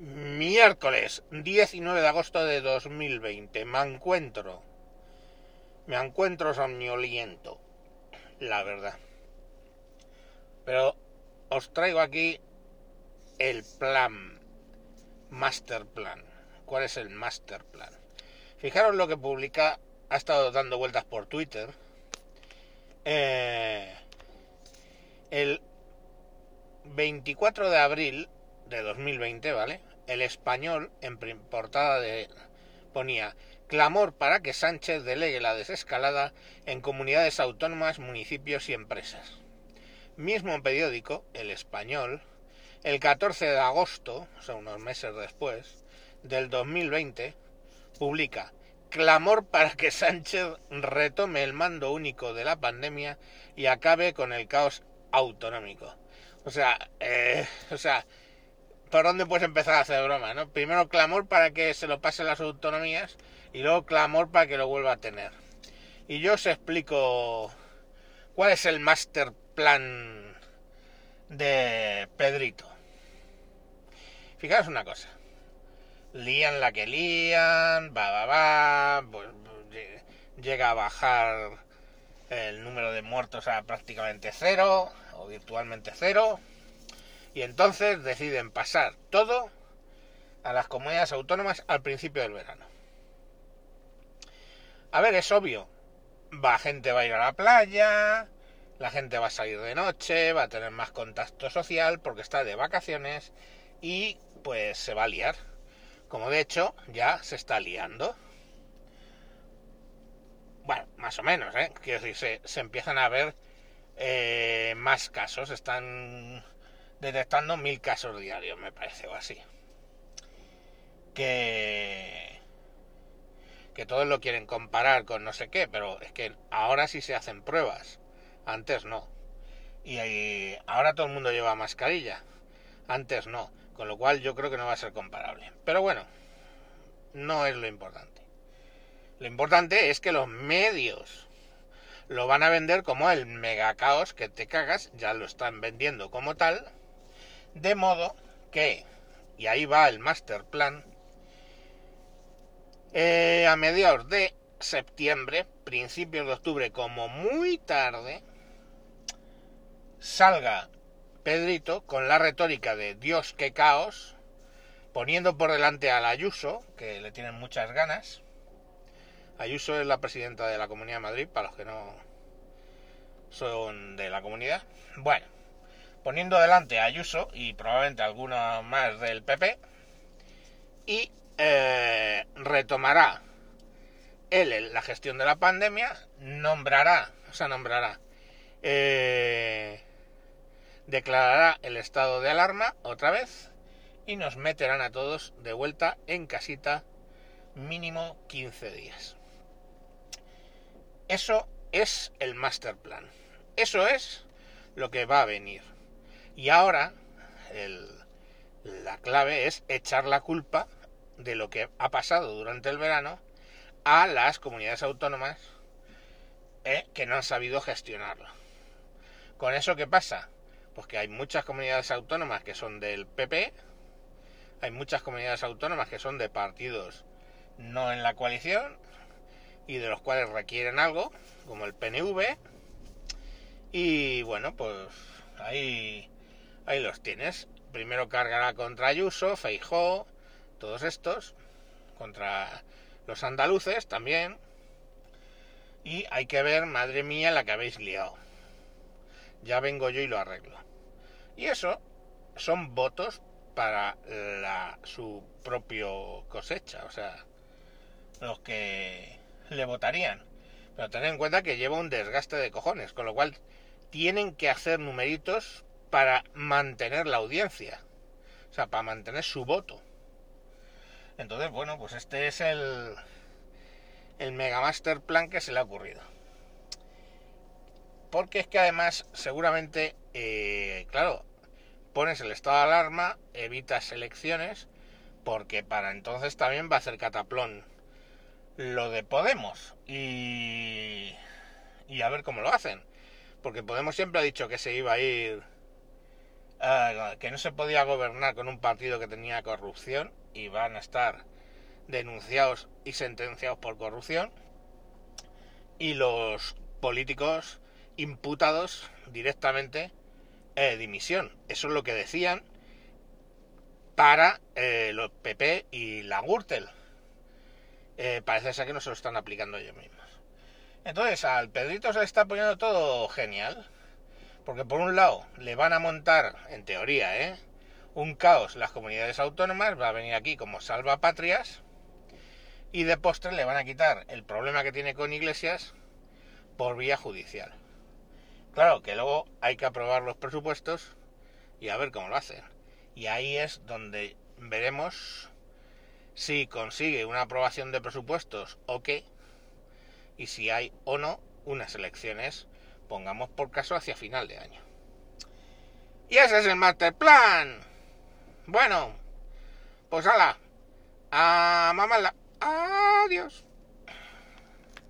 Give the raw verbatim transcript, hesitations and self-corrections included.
Miércoles diecinueve de agosto de dos mil veinte. Me encuentro. Me encuentro somnoliento, la verdad. Pero os traigo aquí el plan. Master plan. ¿Cuál es el master plan? Fijaros lo que publica. Ha estado dando vueltas por Twitter. Eh, el veinticuatro de abril de dos mil veinte, ¿vale? El Español, en portada de ponía: clamor para que Sánchez delegue la desescalada en comunidades autónomas, municipios y empresas. Mismo periódico, El Español, el catorce de agosto, o sea, unos meses después, del dos mil veinte, publica: clamor para que Sánchez retome el mando único de la pandemia y acabe con el caos autonómico. O sea, eh, o sea, ¿por dónde puedes empezar a hacer broma, no? Primero clamor para que se lo pasen las autonomías y luego clamor para que lo vuelva a tener. Y yo os explico cuál es el master plan de Pedrito. Fijaros una cosa. Lían la que lían, va, va, va, pues, llega a bajar el número de muertos a prácticamente cero o virtualmente cero. Y entonces deciden pasar todo a las comunidades autónomas al principio del verano. A ver, es obvio. La gente va a ir a la playa, la gente va a salir de noche, va a tener más contacto social porque está de vacaciones y pues se va a liar. Como de hecho ya se está liando. Bueno, más o menos, ¿eh? Quiero decir, se, se empiezan a ver eh, más casos. Están detectando mil casos diarios, me parece, o así. Que... que todos lo quieren comparar con no sé qué, pero es que ahora sí se hacen pruebas. Antes no. Y ahí, ahora todo el mundo lleva mascarilla. Antes no. Con lo cual yo creo que no va a ser comparable. Pero bueno, no es lo importante. Lo importante es que los medios lo van a vender como el mega caos que te cagas. Ya lo están vendiendo como tal. De modo que, y ahí va el master plan, eh, a mediados de septiembre, principios de octubre, como muy tarde, salga Pedrito con la retórica de Dios qué caos, poniendo por delante a la Ayuso, que le tienen muchas ganas. Ayuso es la presidenta de la Comunidad de Madrid, para los que no son de la comunidad. Bueno, poniendo delante a Ayuso y probablemente alguna más del P P, y eh, retomará él la gestión de la pandemia, nombrará, o sea, nombrará, eh, declarará el estado de alarma otra vez y nos meterán a todos de vuelta en casita mínimo quince días. Eso es el master plan. Eso es lo que va a venir. Y ahora el, la clave es echar la culpa de lo que ha pasado durante el verano a las comunidades autónomas eh, que no han sabido gestionarlo. ¿Con eso qué pasa? Pues que hay muchas comunidades autónomas que son del P P, hay muchas comunidades autónomas que son de partidos no en la coalición y de los cuales requieren algo, como el P N V, y bueno, pues ahí, ahí los tienes. Primero cargará contra Ayuso, Feijóo, todos estos, contra los andaluces también, y hay que ver, madre mía, la que habéis liado. Ya vengo yo y lo arreglo. Y eso son votos para la, su propio cosecha, o sea, los que le votarían. Pero tened en cuenta que lleva un desgaste de cojones, con lo cual tienen que hacer numeritos para mantener la audiencia, o sea, para mantener su voto. Entonces, bueno, pues este es el el mega master plan que se le ha ocurrido. Porque es que además, seguramente, eh, claro, pones el estado de alarma, evitas elecciones, porque para entonces también va a hacer cataplón lo de Podemos. Y, y a ver cómo lo hacen. Porque Podemos siempre ha dicho que se iba a ir eh, que no se podía gobernar con un partido que tenía corrupción y van a estar denunciados y sentenciados por corrupción, y los políticos imputados directamente eh, dimisión. Eso es lo que decían para eh, los P P y la Gürtel. Eh, parece ser que no se lo están aplicando ellos mismos. Entonces al Pedrito se le está poniendo todo genial, porque por un lado le van a montar, en teoría, ¿eh? un caos las comunidades autónomas, va a venir aquí como salvapatrias, y de postre le van a quitar el problema que tiene con Iglesias por vía judicial. Claro que luego hay que aprobar los presupuestos y a ver cómo lo hacen. Y ahí es donde veremos si consigue una aprobación de presupuestos o qué, y si hay o no unas elecciones, pongamos por caso, hacia final de año. Y ese es el master plan. Bueno, pues hala, a mamarla. Adiós.